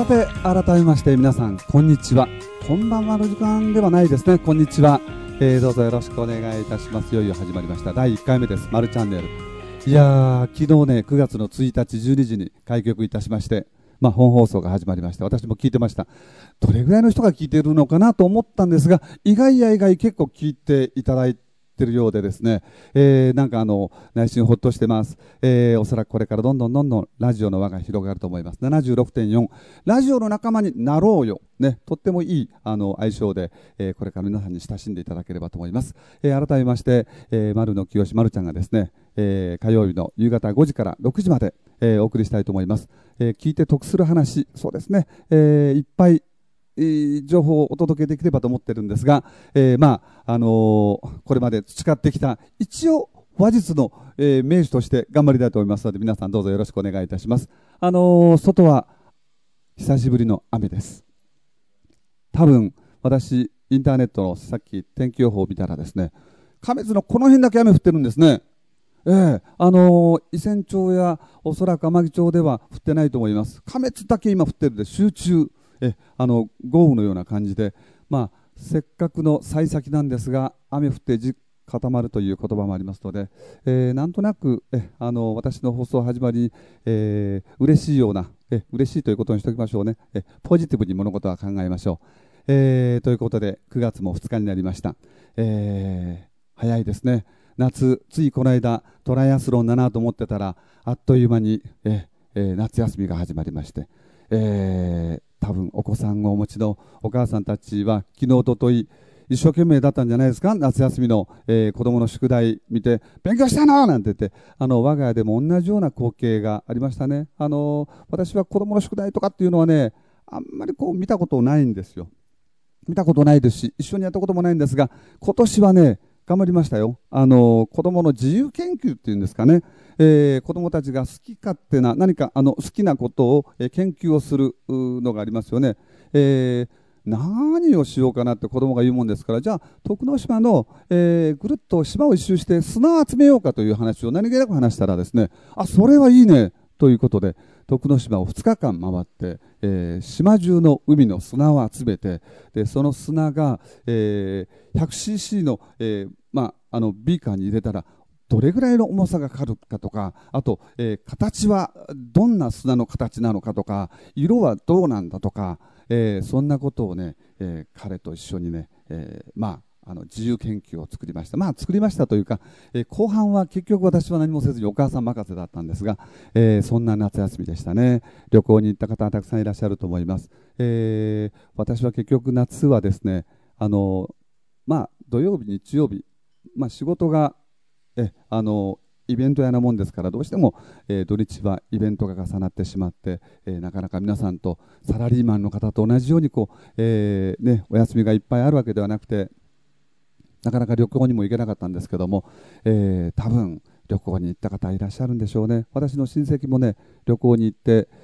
さて改めまして皆さんこんにちは。こんばんはの時間ではないですね。こんにちは、どうぞよろしくお願いいたします。いよいよ始まりました第1回目です。マルチャンネル。いやー、昨日ね9月の1日12時に開局いたしまして、本放送が始まりまして、私も聞いてました。どれぐらいの人が聞いているのかなと思ったんですが、意外や意外結構聞いていただいているようでですね、なんか内心ほっとしてます。おそらくこれからどんどんラジオの輪が広がると思います。76.4 ラジオの仲間になろうよ、ね、とってもいい愛称で、これから皆さんに親しんでいただければと思います。改めまして、丸の清まるちゃんがですね、火曜日の夕方5時から6時まで、お送りしたいと思います。聞いて得する話、そうですね、いっぱい情報をお届けできればと思ってるんですが、これまで培ってきた一応話術の、名手として頑張りたいと思いますので、皆さんどうぞよろしくお願いいたします。外は久しぶりの雨です。多分私インターネットのさっき天気予報を見たらですね、亀津のこの辺だけ雨降ってるんですね。伊仙町やおそらく天城町では降ってないと思います。亀津だけ今降ってるで集中、豪雨のような感じで、せっかくの幸先なんですが、雨降って固まるという言葉もありますので、なんとなく私の放送始まりに、嬉しいような、嬉しいということにしておきましょうね。ポジティブに物事は考えましょう。ということで9月も2日になりました。早いですね。夏、ついこの間トライアスロンだなと思ってたら、あっという間に、夏休みが始まりまして、多分お子さんをお持ちのお母さんたちは昨日おととい一生懸命だったんじゃないですか。夏休みの、子供の宿題見て勉強したのなんて言って、我が家でも同じような光景がありましたね。私は子供の宿題とかっていうのはね、あんまり見たことないんですよ。見たことないですし、一緒にやったこともないんですが、今年はね頑張りましたよ。子どもの自由研究っていうんですかね、子どもたちが好き勝手な何か好きなことを、研究をするのがありますよね。何をしようかなって子どもが言うもんですから、じゃあ徳之島の、ぐるっと島を一周して砂を集めようかという話を何気なく話したらですね、それはいいねということで徳之島を2日間回って、島中の海の砂を集めて、でその砂が、100cc の、ビーカーに入れたらどれぐらいの重さがかかるかとか、あと、形はどんな砂の形なのかとか、色はどうなんだとか、そんなことをね、彼と一緒にね、自由研究を作りました。作りましたというか、後半は結局私は何もせずにお母さん任せだったんですが、そんな夏休みでしたね。旅行に行った方はたくさんいらっしゃると思います。私は結局夏はですね、土曜日日曜日、仕事がイベント屋なもんですから、どうしても、土日はイベントが重なってしまって、なかなか皆さんとサラリーマンの方と同じようにお休みがいっぱいあるわけではなくて、なかなか旅行にも行けなかったんですけども、多分旅行に行った方いらっしゃるんでしょうね。私の親戚もね旅行に行って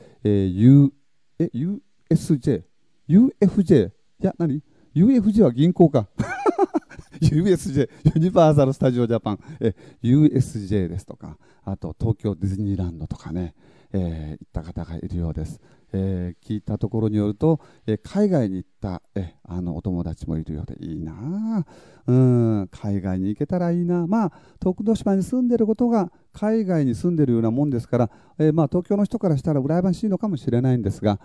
、USJ、UFJ、いや何 UFJ は銀行かUSJ、ユニバーサル・スタジオ・ジャパン、USJ ですとか、あと東京ディズニーランドとかね、行った方がいるようです。聞いたところによると、海外に行った、お友達もいるようでいいなあ、海外に行けたらいいな。徳之島に住んでることが海外に住んでるようなもんですから、東京の人からしたら羨ましいのかもしれないんですが、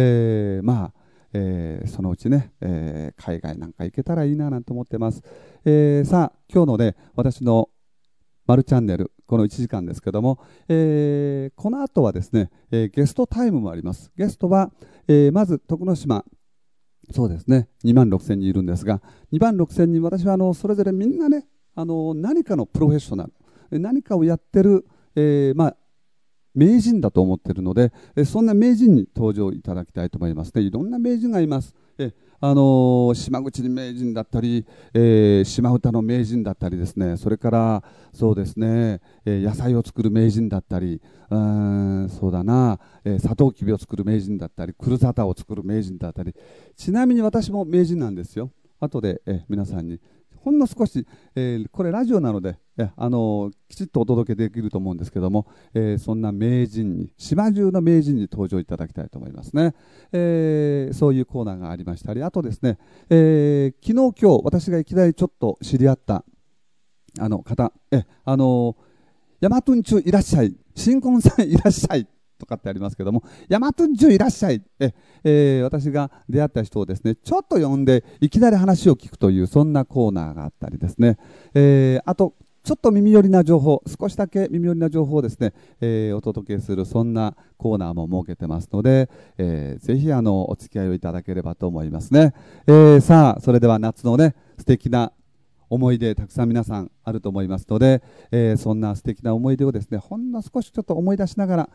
そのうちね、海外なんか行けたらいいななんて思ってます。さあ今日のね私のマルチャンネルこの1時間ですけども、この後はですね、ゲストタイムもあります。ゲストは、まず徳之島、そうですね2万6000人いるんですが、2万6000人私はそれぞれみんなね何かのプロフェッショナル、何かをやってる、名人だと思っているので、そんな名人に登場いただきたいと思いますね。いろんな名人がいます。島口名人だったり、島唄の名人だったりですね、それからそうですね、野菜を作る名人だったり、そうだな、サトウキビを作る名人だったり、クルサタを作る名人だったり、ちなみに私も名人なんですよ。後で、皆さんにほんの少し、これラジオなのできちっとお届けできると思うんですけども、そんな名人に、島中の名人に登場いただきたいと思いますね。そういうコーナーがありましたり、あとですね、昨日今日私がいきなりちょっと知り合った方、ヤマトンチュいらっしゃい、新婚さんいらっしゃいとかってありますけども、ヤマトンチュいらっしゃい、私が出会った人をですね、ちょっと呼んでいきなり話を聞くという、そんなコーナーがあったりですね、あとちょっと耳寄りな情報、少しだけ耳寄りな情報をですね、お届けするそんなコーナーも設けてますので、ぜひお付き合いをいただければと思いますね。さあ、それでは夏のね、素敵な思い出たくさん皆さんあると思いますので、そんな素敵な思い出をですね、ほんの少しちょっと思い出しながら、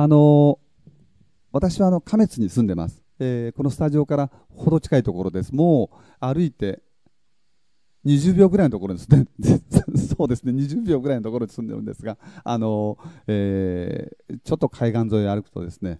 私は亀津に住んでます。このスタジオからほど近いところです。もう歩いて20秒ぐらいのところですねそうですね、20秒ぐらいのところに住んでるんですが、ちょっと海岸沿いを歩くとですね、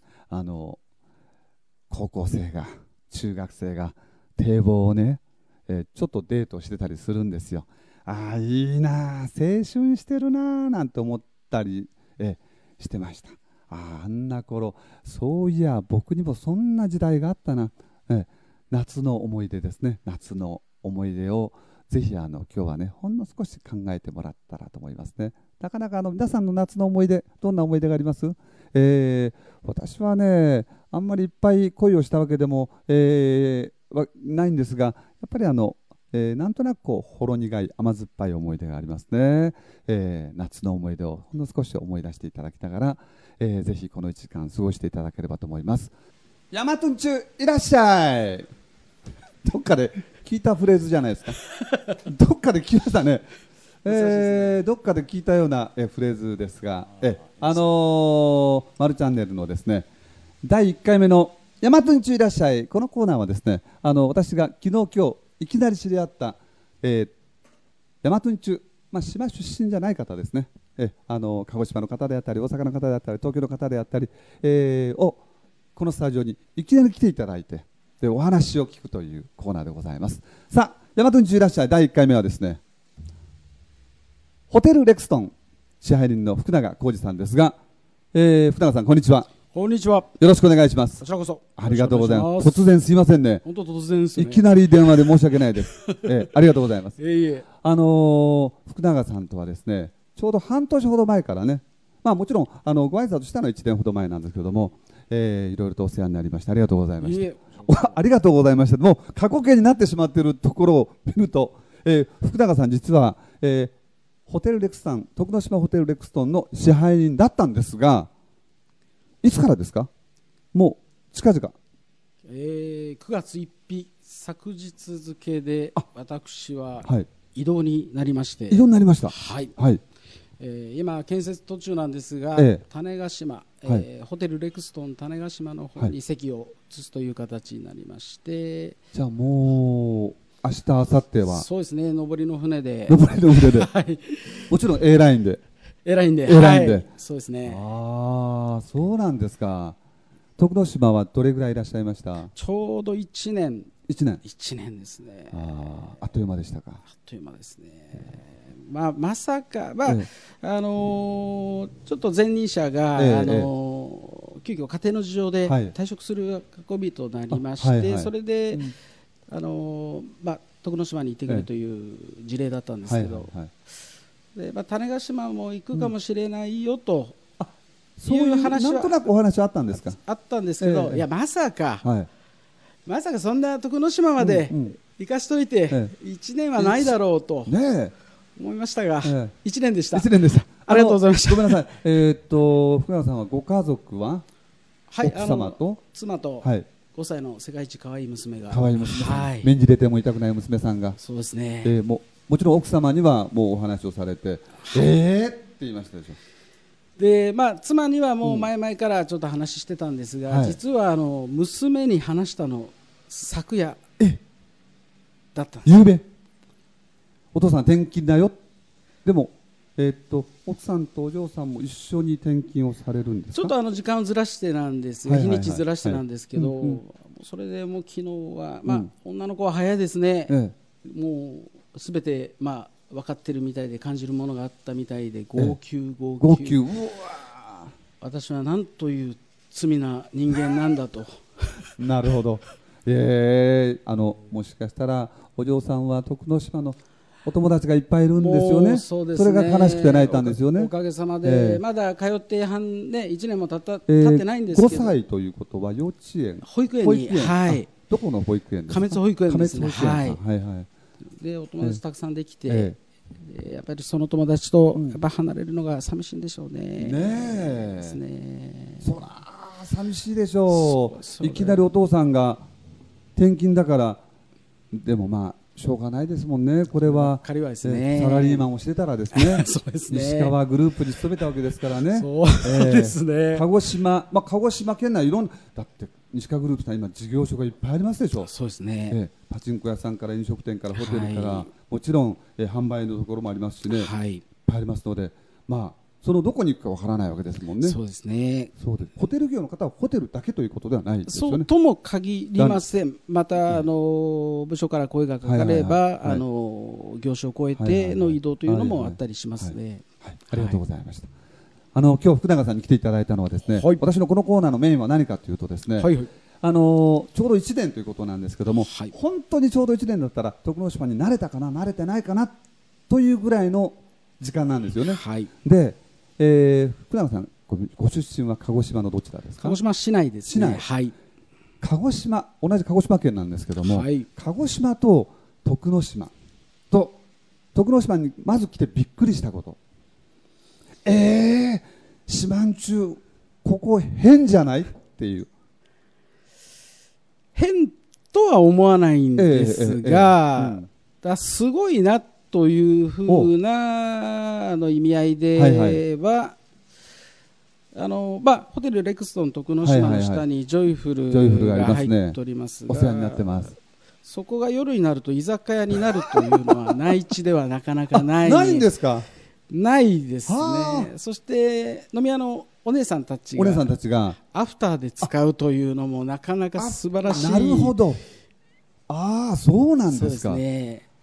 高校生が中学生が堤防をね、ちょっとデートしてたりするんですよ。ああ、いいな、青春してるななんて思ったり、してました。あんな頃、そういや僕にもそんな時代があったな。夏の思い出ですね。夏の思い出をぜひ今日はね、ほんの少し考えてもらったらと思いますね。なかなか皆さんの夏の思い出、どんな思い出があります？私はね、あんまりいっぱい恋をしたわけでも、はないんですが、やっぱりなんとなくほろ苦い甘酸っぱい思い出がありますね。夏の思い出をほんの少し思い出していただきながら、ぜひこの1時間過ごしていただければと思います。ヤマトンチュいらっしゃいどっかで聞いたフレーズじゃないですかどっかで聞きましたね。どっかで聞いたようなフレーズですが、マルチャンネルのですね、第1回目のヤマトンチュいらっしゃい、このコーナーはですね、私が昨日今日いきなり知り合った、ヤマトンチュ、島出身じゃない方ですね、鹿児島の方であったり大阪の方であったり東京の方であったり、をこのスタジオにいきなり来ていただいて、でお話を聞くというコーナーでございます。さあ、ヤマトンチュいらっしゃい第1回目はですね、ホテルレクストン支配人の福永浩二さんですが、福永さんこんにちは。 こんにちは。 よろしくお願いします。 こちらこそ。 ありがとうございます。突然すいませんね。 本当突然ですね。 いきなり電話で申し訳ないです。ありがとうございます。 いえ。 福永さんとはですね、ちょうど半年ほど前からね、もちろんご挨拶したのは1年ほど前なんですけども、いろいろとお世話になりましてありがとうございました。ありがとうございました。もう過去形になってしまっているところを見ると、福永さん実は、ホテルレクストン、徳之島ホテルレクストンの支配人だったんですが、いつからですか？もう近々。 9月1日昨日付で私ははい、 異動になりまして。 異動になりました。 はい。 はい。 今建設途中なんですが、種子島、ホテルレクストン種子島の方に席を移すという形になりまして、 じゃあもう明日明後日はそうですね、上りの船で、 はい、もちろん A ラインで、 そうですね。 ああ、そうなんですか。徳之島はどれぐらいいらっしゃいました？ ちょうど1年。 1年。 1年ですね。 あっという間でしたか？ あっという間ですね。まさか、ちょっと前任者が、急遽家庭の事情で退職する運びとなりまして、それで、徳之島に行ってくるという事例だったんですけど、種子島も行くかもしれないよという話は、 なんとなくお話あったんですか？ あったんですけど、いやまさかそんな徳之島まで行かしといて1年はないだろうと思いましたが、1年でした。 1年でした。 ありがとうございました。 ごめんなさい。福永さんはご家族は奥様と妻と5歳の世界一可愛い娘が、 目に入れても痛くない娘さんが、 そうですね。 もちろん奥様にはもうお話をされて、って言いましたでしょ。 で妻にはもう前々からちょっと話してたんですが、実は娘に話したの昨夜だったんです。 夕べ、お父さん転勤だよ。でも奥さんとお嬢さんも一緒に転勤をされるんですか？ ちょっと時間をずらしてなんですが、日にちずらしてなんですけど、それでもう昨日は、女の子は早いですね。もう全てまあ分かってるみたいで感じるものがあったみたいで、号泣号泣、 うわ私は何という罪な人間なんだとなるほど。もしかしたらお嬢さんは徳之島のお友達がいっぱいいるんですよね。 そうですね、 それが悲しくて泣いたんですよね。 おかげさまで、まだ通って1年も経ってないんですけど、 5歳ということは幼稚園、 保育園に、はい、 どこの保育園ですか？ 亀津保育園ですね。 はいはい。 でお友達たくさんできて、やっぱりその友達とやっぱ離れるのが寂しいんでしょうね。 ねえ。ですね。そら寂しいでしょう。いきなりお父さんが転勤だから、でもまあしょうがないですもんね。これは彼はですね、 サラリーマンをしてたらですね、 そうですね、 石川グループに勤めたわけですからね。 そうですね。 鹿児島、鹿児島県内いろんな、だって西川グループさん今事業所がいっぱいありますでしょ。 そうですね。 パチンコ屋さんから飲食店からホテルから、もちろん販売のところもありますしね、いっぱいありますので、そのどこに行くかわからないわけですもんね。 そうですね。 そうです。ホテル業の方はホテルだけということではないですよね。 そうとも限りません。また部署から声がかかれば業種を超えての移動というのもあったりしますね。 ありがとうございました。今日福永さんに来ていただいたのはですね、私のこのコーナーのメインは何かというとですね、ちょうど1年ということなんですけども、本当にちょうど1年だったら徳之島に慣れたかな慣れてないかなというぐらいの時間なんですよね。で、福永さんご出身は鹿児島のどちらですか？ 鹿児島市内ですね。 鹿児島、同じ鹿児島県なんですけども、鹿児島と徳之島と徳之島にまず来てびっくりしたこと、四万十ここ変じゃないっていう。 変とは思わないんですが、すごいなというふうな意味合いでは、ホテルレクストン徳之島の下にジョイフルが入っておりますが、 お世話になってます。 そこが夜になると居酒屋になるというのは内地ではなかなかない。 ないんですか？ ないですね。そして飲み屋のお姉さんたちがアフターで使うというのもなかなか素晴らしい。 なるほど。そうなんですか。 そうですね。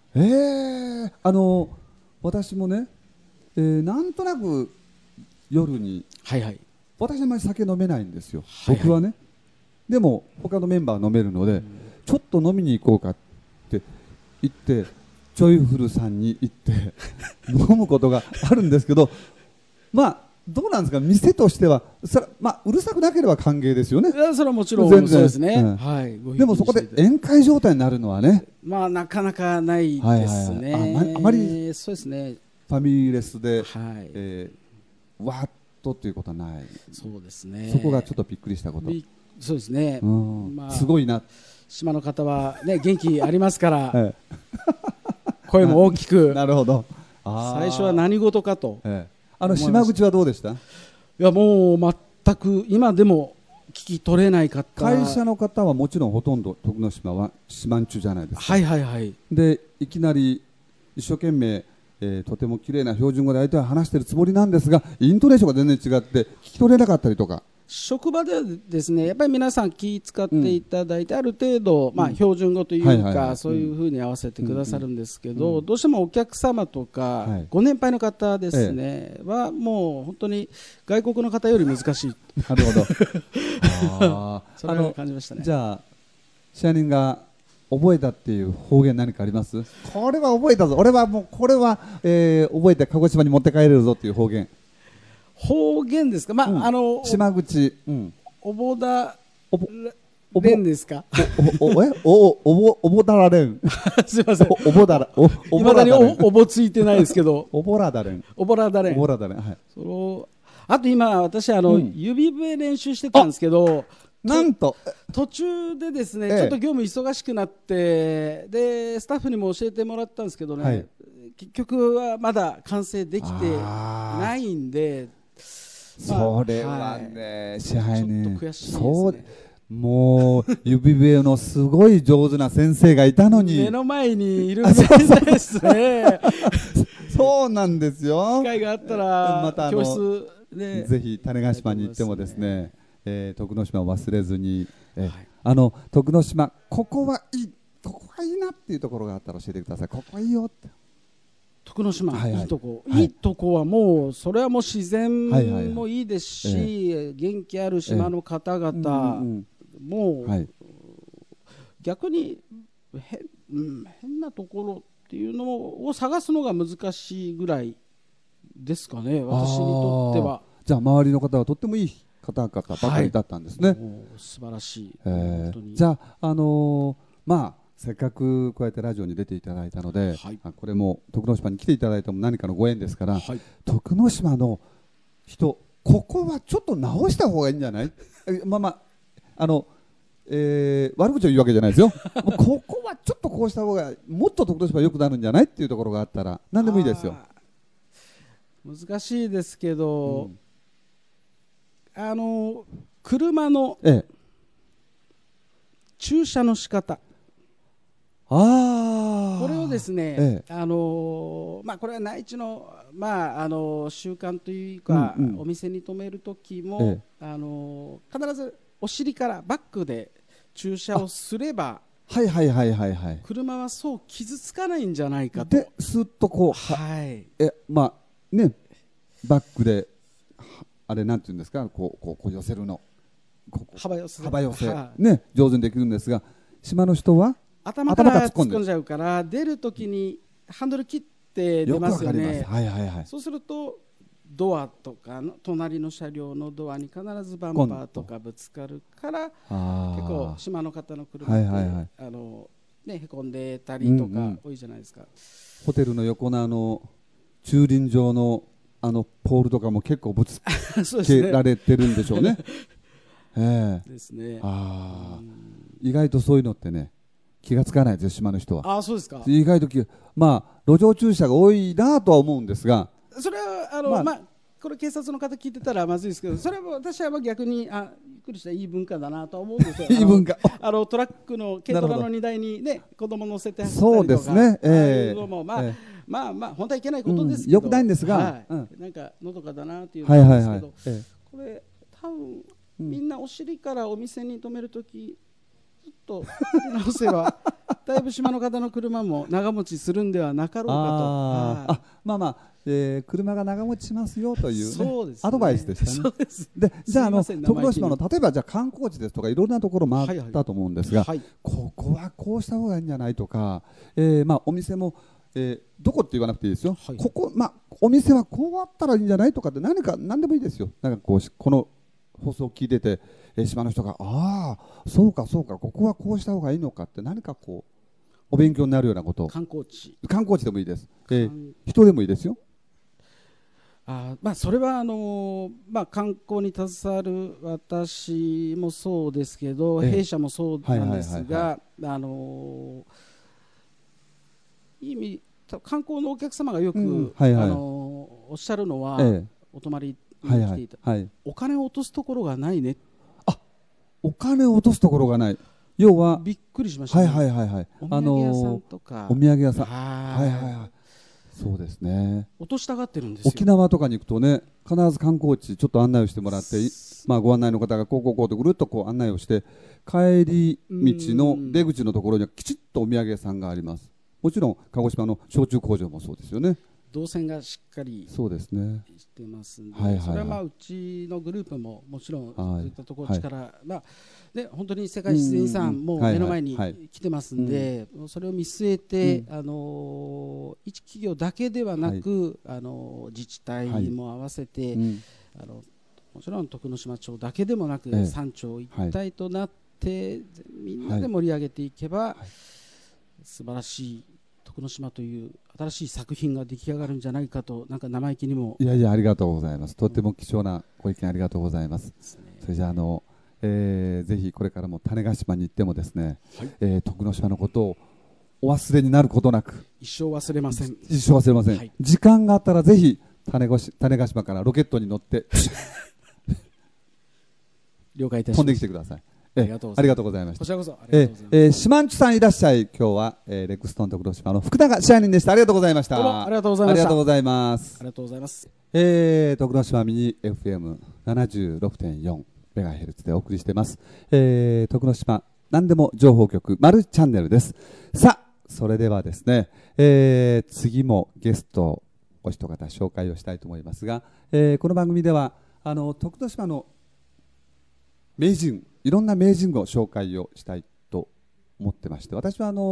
私もね、なんとなく夜に、私あまり酒飲めないんですよ、僕はね。でも他のメンバーは飲めるので、ちょっと飲みに行こうかって言ってジョイフルさんに行って飲むことがあるんですけど、どうなんですか、店としてはうるさくなければ歓迎ですよね。 それはもちろんそうですね。 でもそこで宴会状態になるのはね、 なかなかないですね。 あまりそうですね、 ファミレスでわーっとということはない。 そうですね。 そこがちょっとびっくりしたこと。 そうですね。 すごいな。 島の方はね元気ありますから声も大きく。 なるほど。 最初は何事かと。 島口はどうでした？いやもう全く今でも聞き取れない方。 会社の方はもちろんほとんど徳之島は四万十じゃないですか。でいきなり一生懸命とても綺麗な標準語で相手は話しているつもりなんですが、イントネーションが全然違って聞き取れなかったりとか。 職場ではですね、やっぱり皆さん気使っていただいて、ある程度、標準語というかそういうふうに合わせてくださるんですけど、どうしてもお客様とかご年配の方ですねはもう本当に外国の方より難しい。 なるほど。 それを感じましたね。 じゃあ支配人が覚えたっていう方言何かあります？これは覚えたぞ、俺はもうこれは、覚えて鹿児島に持って帰れるぞっていう方言。 方言ですか？ 島口、 おぼだれんですか？ おぼだられん。 すいません。 おぼだら、 いまだにおぼついてないですけど。 おぼらだれん。 おぼらだれん。 おぼらだれん。はい。 あと今私指笛練習してたんですけど、 なんと途中でですね、ちょっと業務忙しくなってでスタッフにも教えてもらったんですけどね、結局はまだ完成できてないんで。 それはね、支配人、 ちょっと悔しいですね。 もう指笛のすごい上手な先生がいたのに目の前にいるんですね。 そうなんですよ。 機会があったらまた教室でぜひ種子島に行ってもですね、徳之島を忘れずに、徳之島ここはいい、ここはがいいなっていうところがあったら教えてください。ここいいよって。 徳之島、 はいはい、 いいとこ、はい、いいとこはもうそれはもう自然もいいですし、元気ある島の方々も、はい、逆に変なところっていうのを探すのが難しいぐらいですかね、私にとっては。 じゃあ周りの方はとってもいい方々ばかりだったんですね。はい、 素晴らしい。 じゃあ、まあせっかくこうやってラジオに出ていただいたので、はい、これも徳之島に来ていただいても何かのご縁ですから、はい、徳之島の人、ここはちょっと直した方がいいんじゃない？まあまあ悪口を言うわけじゃないですよ。ここはちょっとこうした方がもっと徳之島良くなるんじゃないっていうところがあったら何でもいいですよ。 難しいですけど、車の駐車の仕方、これをですね、まあ、これは内地の、まあ、習慣というか、お店に止めるときも、必ずお尻からバックで駐車をすれば、車はそう傷つかないんじゃないかと。で、 スッとこう、はい、まあね、バックであれなんていうんですか、こう寄せるの、 幅寄せ、ね、上手にできるんですが、島の人は頭から突っ込んじゃうから、出るときにハンドル切って出ますよね。そうするとドアとかの隣の車両のドアに必ずバンパーとかぶつかるから、結構島の方の車ってへこんでたりとか多いじゃないですか。 ホテルの横の駐輪場のポールとかも結構ぶつけられてるんでしょうね。 ですね。 意外とそういうのってね、気がつかないですよ、島の人は。 そうですか。 意外とまあ路上駐車が多いなとは思うんですが、 それはまあこれ警察の方聞いてたらまずいですけど、それは私は逆にゆっくりしたいい文化だなと思うんですよ。いい文化。トラックの軽トラの荷台にね、子供乗せて走ったりとか、そうですね。いうのもまあ本当はいけないことですけど、 よくないんですが、 なんかのどかだなっていうのなんですけど、これ多分みんなお尻からお店に止めるときずっと直せばだいぶ島の方の車も長持ちするんではなかろうかと。 まあまあ、車が長持ちしますよという、ね、アドバイスでしたね。で、じゃあ徳之島の例えばじゃあ観光地ですとかいろんなところ回ったと思うんですが、ここはこうした方がいいんじゃないとか、まあお店もどこって言わなくていいですよ。ここお店はこうあったらいいんじゃないとかって何でもいいですよ。なんかこの放送を聞いてて、島の人がそうかここはこうした方がいいのかって何かこうお勉強になるようなことを、観光地でもいいです。人でもいいですよ。 それは観光に携わる私もそうですけど、弊社もそうなんですが、いい意味観光のお客様がよくおっしゃるのは、お泊まりに来ていた、お金を落とすところがないね。 お金を落とすところがない。要はびっくりしましたね。お土産屋さんとか、 お土産屋さん、そうですね。 落としたがってるんですよ。 沖縄とかに行くとね、必ず観光地ちょっと案内をしてもらって、ご案内の方がこうとぐるっと案内をして、帰り道の出口のところにはきちっとお土産屋さんがあります。もちろん鹿児島の焼酎工場もそうですよね。 動線がしっかりしてますんで、それはうちのグループももちろんそういったところ力、本当に世界自然遺産も目の前に来てますんで、それを見据えて、一企業だけではなく、自治体も合わせて、もちろん徳之島町だけでもなく、3町一体となってみんなで盛り上げていけば、素晴らしい徳之島という新しい作品が出来上がるんじゃないかと、なんか生意気にも。 いやありがとうございます。とっても貴重なご意見ありがとうございます。それじゃあぜひこれからも種子島に行ってもですね、徳之島のことをお忘れになることなく、 一生忘れません。 時間があったらぜひ種子島からロケットに乗って了解いたします。 飛んできてください。ありがとうございました。 こちらこそありがとうございます。 シマンチュさんいらっしゃい。今日はレクストン徳之島の福永支配人でした。ありがとうございました。 どうもありがとうございました。 ありがとうございます。 ありがとうございます。 徳之島ミニ FM76.4 メガヘルツでお送りしています。徳之島何でも情報局マルチャンネルです。さあ、それではですね、次もゲストお一方紹介をしたいと思いますが、この番組では徳之島の名人、いろんな名人を紹介をしたいと思ってまして、私は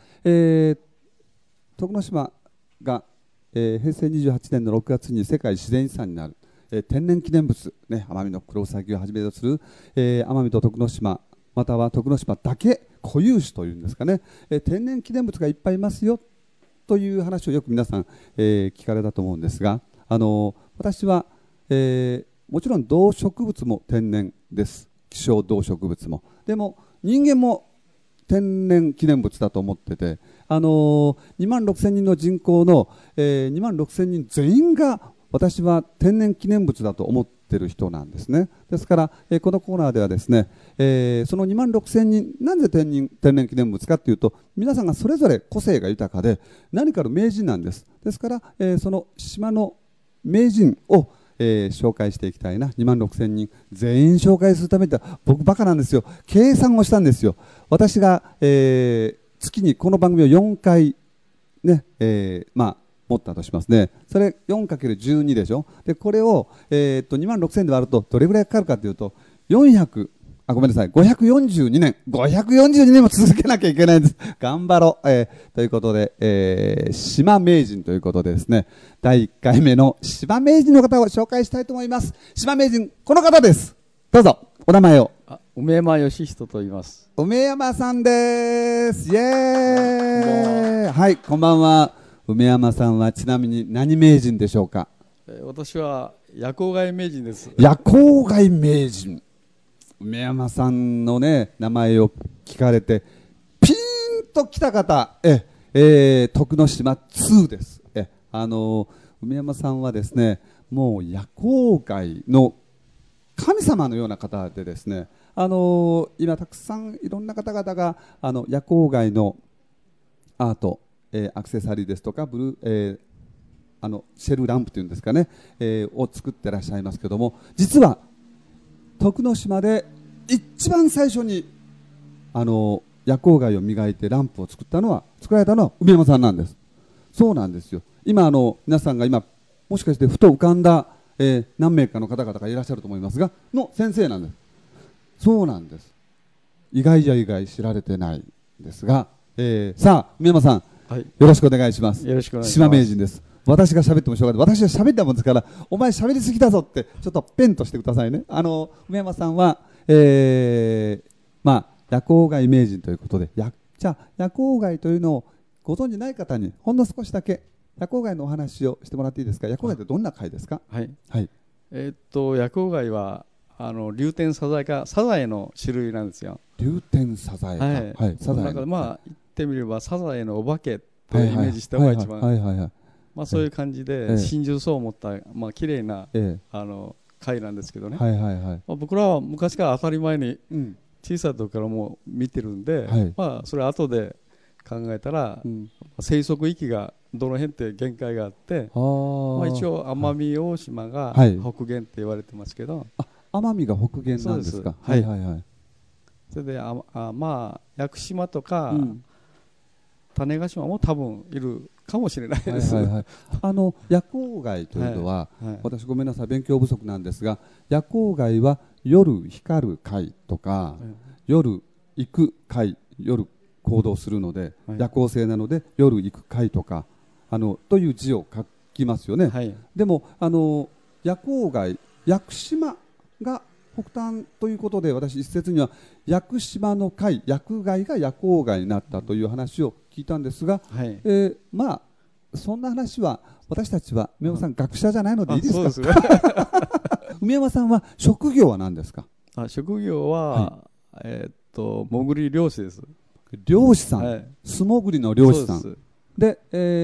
徳之島が、平成28年の6月に世界自然遺産になる、天然記念物、ね、奄美のクロウサギをはじめとする、奄美と徳之島、または徳之島だけ固有種というんですかね、天然記念物がいっぱいいますよという話をよく皆さん、聞かれたと思うんですが、私は、もちろん動植物も天然です。希少動植物も。でも人間も天然記念物だと思ってて、2万6000人の人口の、2万6000人全員が私は天然記念物だと思っている人なんですね。ですから、このコーナーではですね、その2万6000人、なぜ天然記念物かというと、皆さんがそれぞれ個性が豊かで何かの名人なんです。ですから、その島の名人を紹介していきたいな。2万6000人全員紹介するためには僕バカなんですよ。計算をしたんですよ。私が、月にこの番組を4回ね、持ったとしますね。それ 4×12 でしょ。でこれを、2万6000で割るとどれぐらいかかるかというとごめんなさい、542年も続けなきゃいけないんです。頑張ろう。ということで、島名人ということでですね、第1回目の島名人の方を紹介したいと思います。島名人、この方です。どうぞ、お名前を。 梅山義人と言います。 梅山さんです。イエーイ。はい、こんばんは。梅山さんはちなみに何名人でしょうか？ 私は夜光貝名人です。 夜光貝名人。梅山さんのね、名前を聞かれてピーンと来た方、徳之島2です。梅山さんはですね、もう夜光貝の神様のような方でですね、今たくさんいろんな方々が夜光貝のアート、アクセサリーですとかシェルランプというんですかね、を作ってらっしゃいますけども、実は徳之島で一番最初に夜光貝を磨いてランプを作られたのは梅山さんなんです。そうなんですよ。今皆さんが今もしかしてふと浮かんだ、何名かの方々がいらっしゃると思いますがの先生なんです。そうなんです。意外や意外、知られてないんですが、さあ梅山さん、はい、よろしくお願いします。 よろしくお願いします。 島名人です。私が喋ってもしょうがない。私は喋ったもんですから、お前喋りすぎだぞってちょっとペンとしてくださいね。梅山さんは、夜光貝名人ということで、じゃあ夜光貝というのをご存じない方にほんの少しだけ夜光貝のお話をしてもらっていいですか？夜光貝ってどんな貝ですか？ はい、 はい、 夜光貝は流天サザエ科、サザエの種類なんですよ。 流天サザエ科、 はいはい、サザエの、言ってみればサザエのお化けとイメージした方が一番、そういう感じで真珠層を持った、綺麗な、貝なんですけどね、僕らは昔から当たり前に小さい時からもう見てるんで、それ後で考えたら、生息域がどの辺って限界があって、一応奄美大島が北限って言われてますけど、 奄美が北限なんですか？ それで屋久島とか、種子島も多分いるかもしれないです。 夜光貝というのは、私ごめんなさい、勉強不足なんですが、夜光貝は夜光る貝とか、夜行く貝、夜行動するので、夜行性なので夜行く貝とかという字を書きますよね。でも夜光貝、屋久島が北端ということで、私一説には屋久島の貝、夜光貝が夜光貝になったという話を聞いたんですが、そんな話は私たちは梅山さん学者じゃないのでいいですか？梅山さんは職業は何ですか？ 職業は、潜り漁師です。 漁師さん、素潜りの漁師さんで、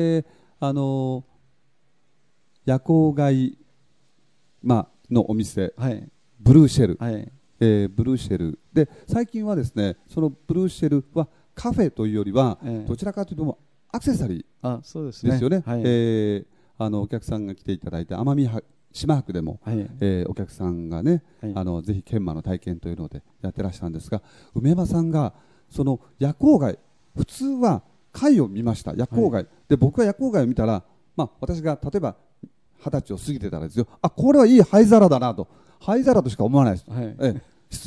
夜光貝、のお店、ブルーシェル、ブルーシェルで、最近はですね、そのブルーシェルはカフェというよりは、どちらかというとアクセサリーですよね。お客さんが来ていただいて、奄美島泊でも、お客さんがね、ぜひ研磨の体験というのでやってらっしゃるんですが、梅山さんがその夜光貝、普通は貝を見ました、夜光貝、で僕が夜光貝を見たら、私が例えば20歳を過ぎてたらですよ、これはいい灰皿だなと、灰皿としか思わないです、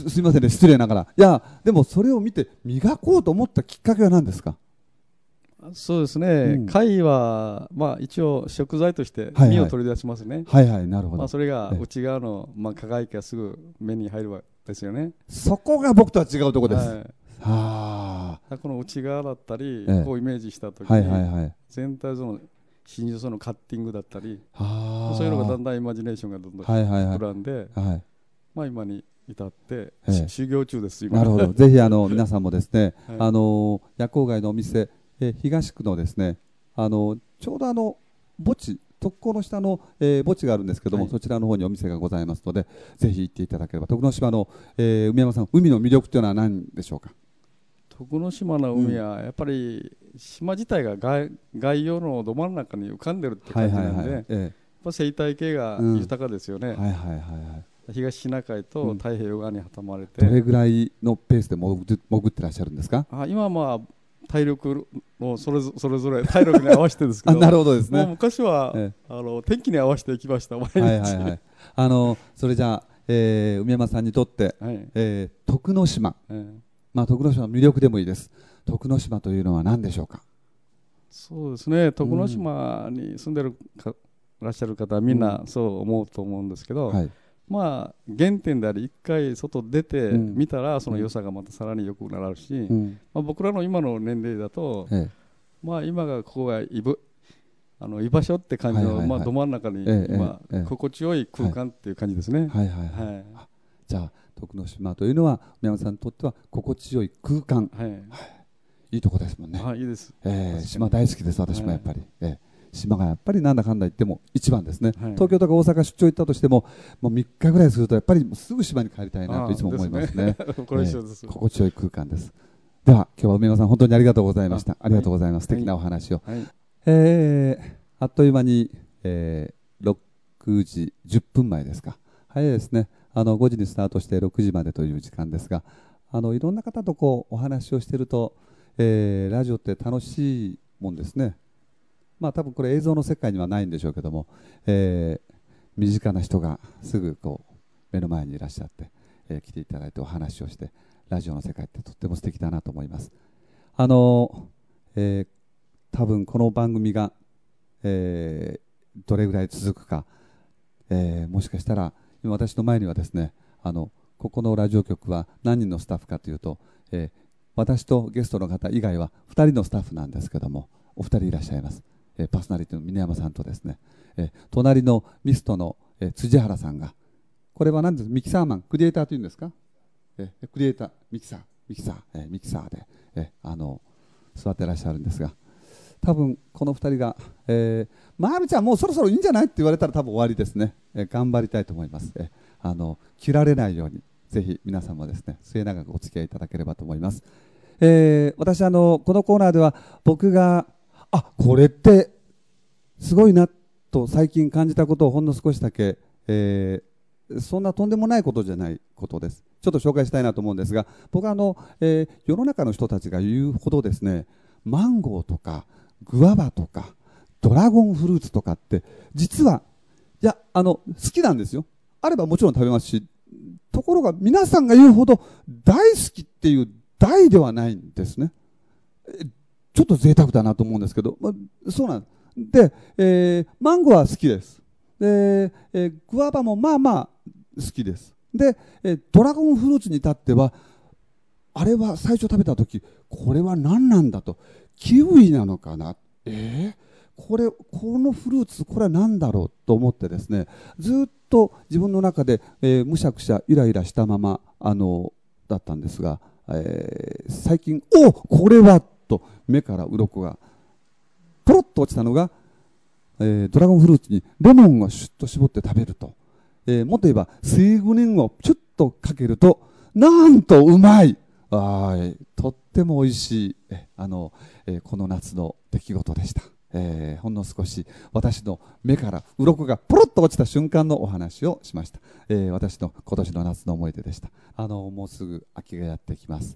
すいませんね、失礼ながら。いやでもそれを見て磨こうと思ったきっかけは何ですか？ そうですね、貝は、一応食材として身を取り出しますね。 なるほど。 それが内側の、輝きがすぐ目に入るわけですよね。 そこが僕とは違うところです。 この内側だったり、こうイメージしたときに、全体その真珠のカッティングだったり、そういうのがだんだんイマジネーションがどんどん膨らんで、今に至って修行中です今。 なるほど。ぜひ皆さんもですね、夜光貝のお店、東区のですね、ちょうど墓地、特攻の下の、墓地があるんですけども、そちらの方にお店がございますので、ぜひ行っていただければ。徳之島の、梅山さん、海の魅力というのは何でしょうか？ 徳之島の海はやっぱり島自体が外洋のど真ん中に浮かんでるって感じなんで、やっぱ生態系が豊かですよね。東シナ海と太平洋側に挟まれて、 どれぐらいのペースで潜ってらっしゃるんですか？ 今は体力のそれぞれ体力に合わせてですけどなるほどですね。 昔は、天気に合わせて行きました毎日。 それじゃあ、梅山さんにとって、徳之島、徳之島の魅力でもいいです。徳之島というのは何でしょうか？ そうですね、徳之島に住んでらっしゃる方はみんなそう思うと思うんですけど、原点であり一回外出てみたらその良さがまたさらに良くなるし、僕らの今の年齢だと、今がここが居場所って感じの、ど真ん中に今心地よい空間っていう感じですね。 じゃあ徳之島というのは宮本さんにとっては心地よい空間、いいとこですもんね。 いいです。 島大好きです私もやっぱり。島がやっぱりなんだかんだ言っても一番ですね。東京とか大阪出張行ったとしても、もう3日ぐらいするとやっぱりすぐ島に帰りたいなといつも思いますね。心地よい空間です。では今日は梅山さん本当にありがとうございました。ありがとうございます。素敵なお話を。あっという間に、6時10分前ですか。早いですね。5時にスタートして6時までという時間ですが、いろんな方とこうお話をしていると、ラジオって楽しいもんですね。多分これ映像の世界にはないんでしょうけども、身近な人がすぐこう目の前にいらっしゃって、来ていただいてお話をして、ラジオの世界ってとっても素敵だなと思います。多分この番組が、どれぐらい続くか、もしかしたら今私の前にはですね、ここのラジオ局は何人のスタッフかというと、私とゲストの方以外は2人のスタッフなんですけども、お二人いらっしゃいます。パーソナリティの峰山さんとですね、隣のミストの、辻原さんが、これは何ですか、ミキサーマン、クリエイターというんですか、クリエイター、ミキサーで、座ってらっしゃるんですが、多分この2人が、まるちゃんもうそろそろいいんじゃないって言われたら多分終わりですね。頑張りたいと思います。切られないようにぜひ皆さんもですね末永くお付き合いいただければと思います。私このコーナーでは僕がこれってすごいなと最近感じたことをほんの少しだけ、そんなとんでもないことじゃないことです。ちょっと紹介したいなと思うんですが、僕は世の中の人たちが言うほどですね、マンゴーとかグアバとかドラゴンフルーツとかって実は好きなんですよ。あればもちろん食べますし、ところが皆さんが言うほど大好きっていう大ではないんですね。ちょっと贅沢だなと思うんですけど、そうなんで、マンゴーは好きです。で、グアバもまあまあ好きです。で、ドラゴンフルーツに至ってはあれは最初食べた時これは何なんだと、キウイなのかな、このフルーツこれは何だろうと思ってですね、ずっと自分の中で、むしゃくしゃイライラしたままだったんですが、最近これはと目から鱗がポロッと落ちたのが、ドラゴンフルーツにレモンをシュッと絞って食べると、もっと言えば水グリンをチュッとかけるとなんとうまい、とっても美味しい、この夏の出来事でした。ほんの少し私の目から鱗がポロッと落ちた瞬間のお話をしました。私の今年の夏の思い出でした。もうすぐ秋がやってきます。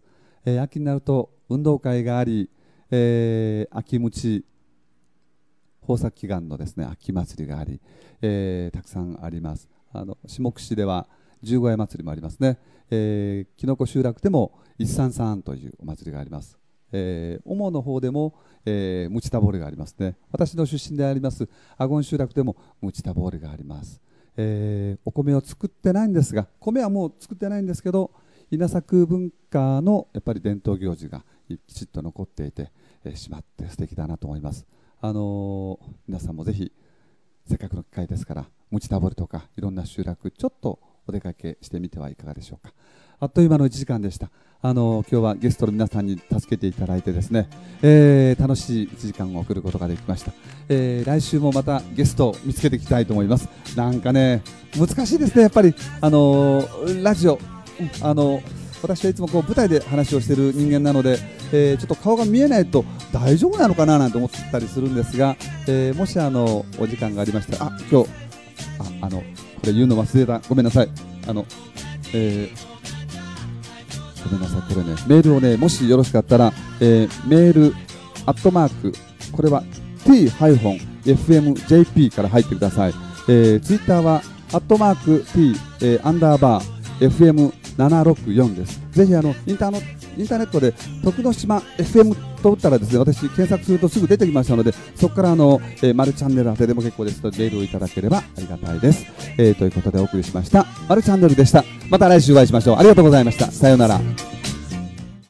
秋になると運動会があり、秋鞭豊作祈願のですね秋祭りがあり、たくさんあります。下久市では十五夜祭りもありますね。きのこ集落でも一三三というお祭りがあります。主の方でも、ムチタボールがありますね。私の出身であります阿権集落でもムチタボールがあります。お米を作ってないんですが、米はもう作ってないんですけど、稲作文化のやっぱり伝統行事がきちっと残っていてしまって素敵だなと思います。皆さんもぜひせっかくの機会ですからムチタボールとかいろんな集落ちょっとお出かけしてみてはいかがでしょうか。あっという間の1時間でした。今日はゲストの皆さんに助けていただいてですね、楽しい1時間を送ることができました。来週もまたゲストを見つけていきたいと思います。なんかね難しいですね、やっぱりラジオ、私はいつもこう舞台で話をしている人間なので、ちょっと顔が見えないと大丈夫なのかななんて思ったりするんですが、もしお時間がありましたら、今日これ言うの忘れた、ごめんなさい。ごめんなさい、これね、メールをね、もしよろしかったら、メールアットマーク、これは t-fmjp から入ってください。ツイッターはアットマーク t_fm764 です。ぜひインターネットで徳之島 FM と打ったらですね、私検索するとすぐ出てきましたので、そこからマルチャンネル宛てでも結構ですのでメールをいただければありがたいです。ということでお送りしましたマルチャンネルでした。また来週お会いしましょう。ありがとうございました。さようなら。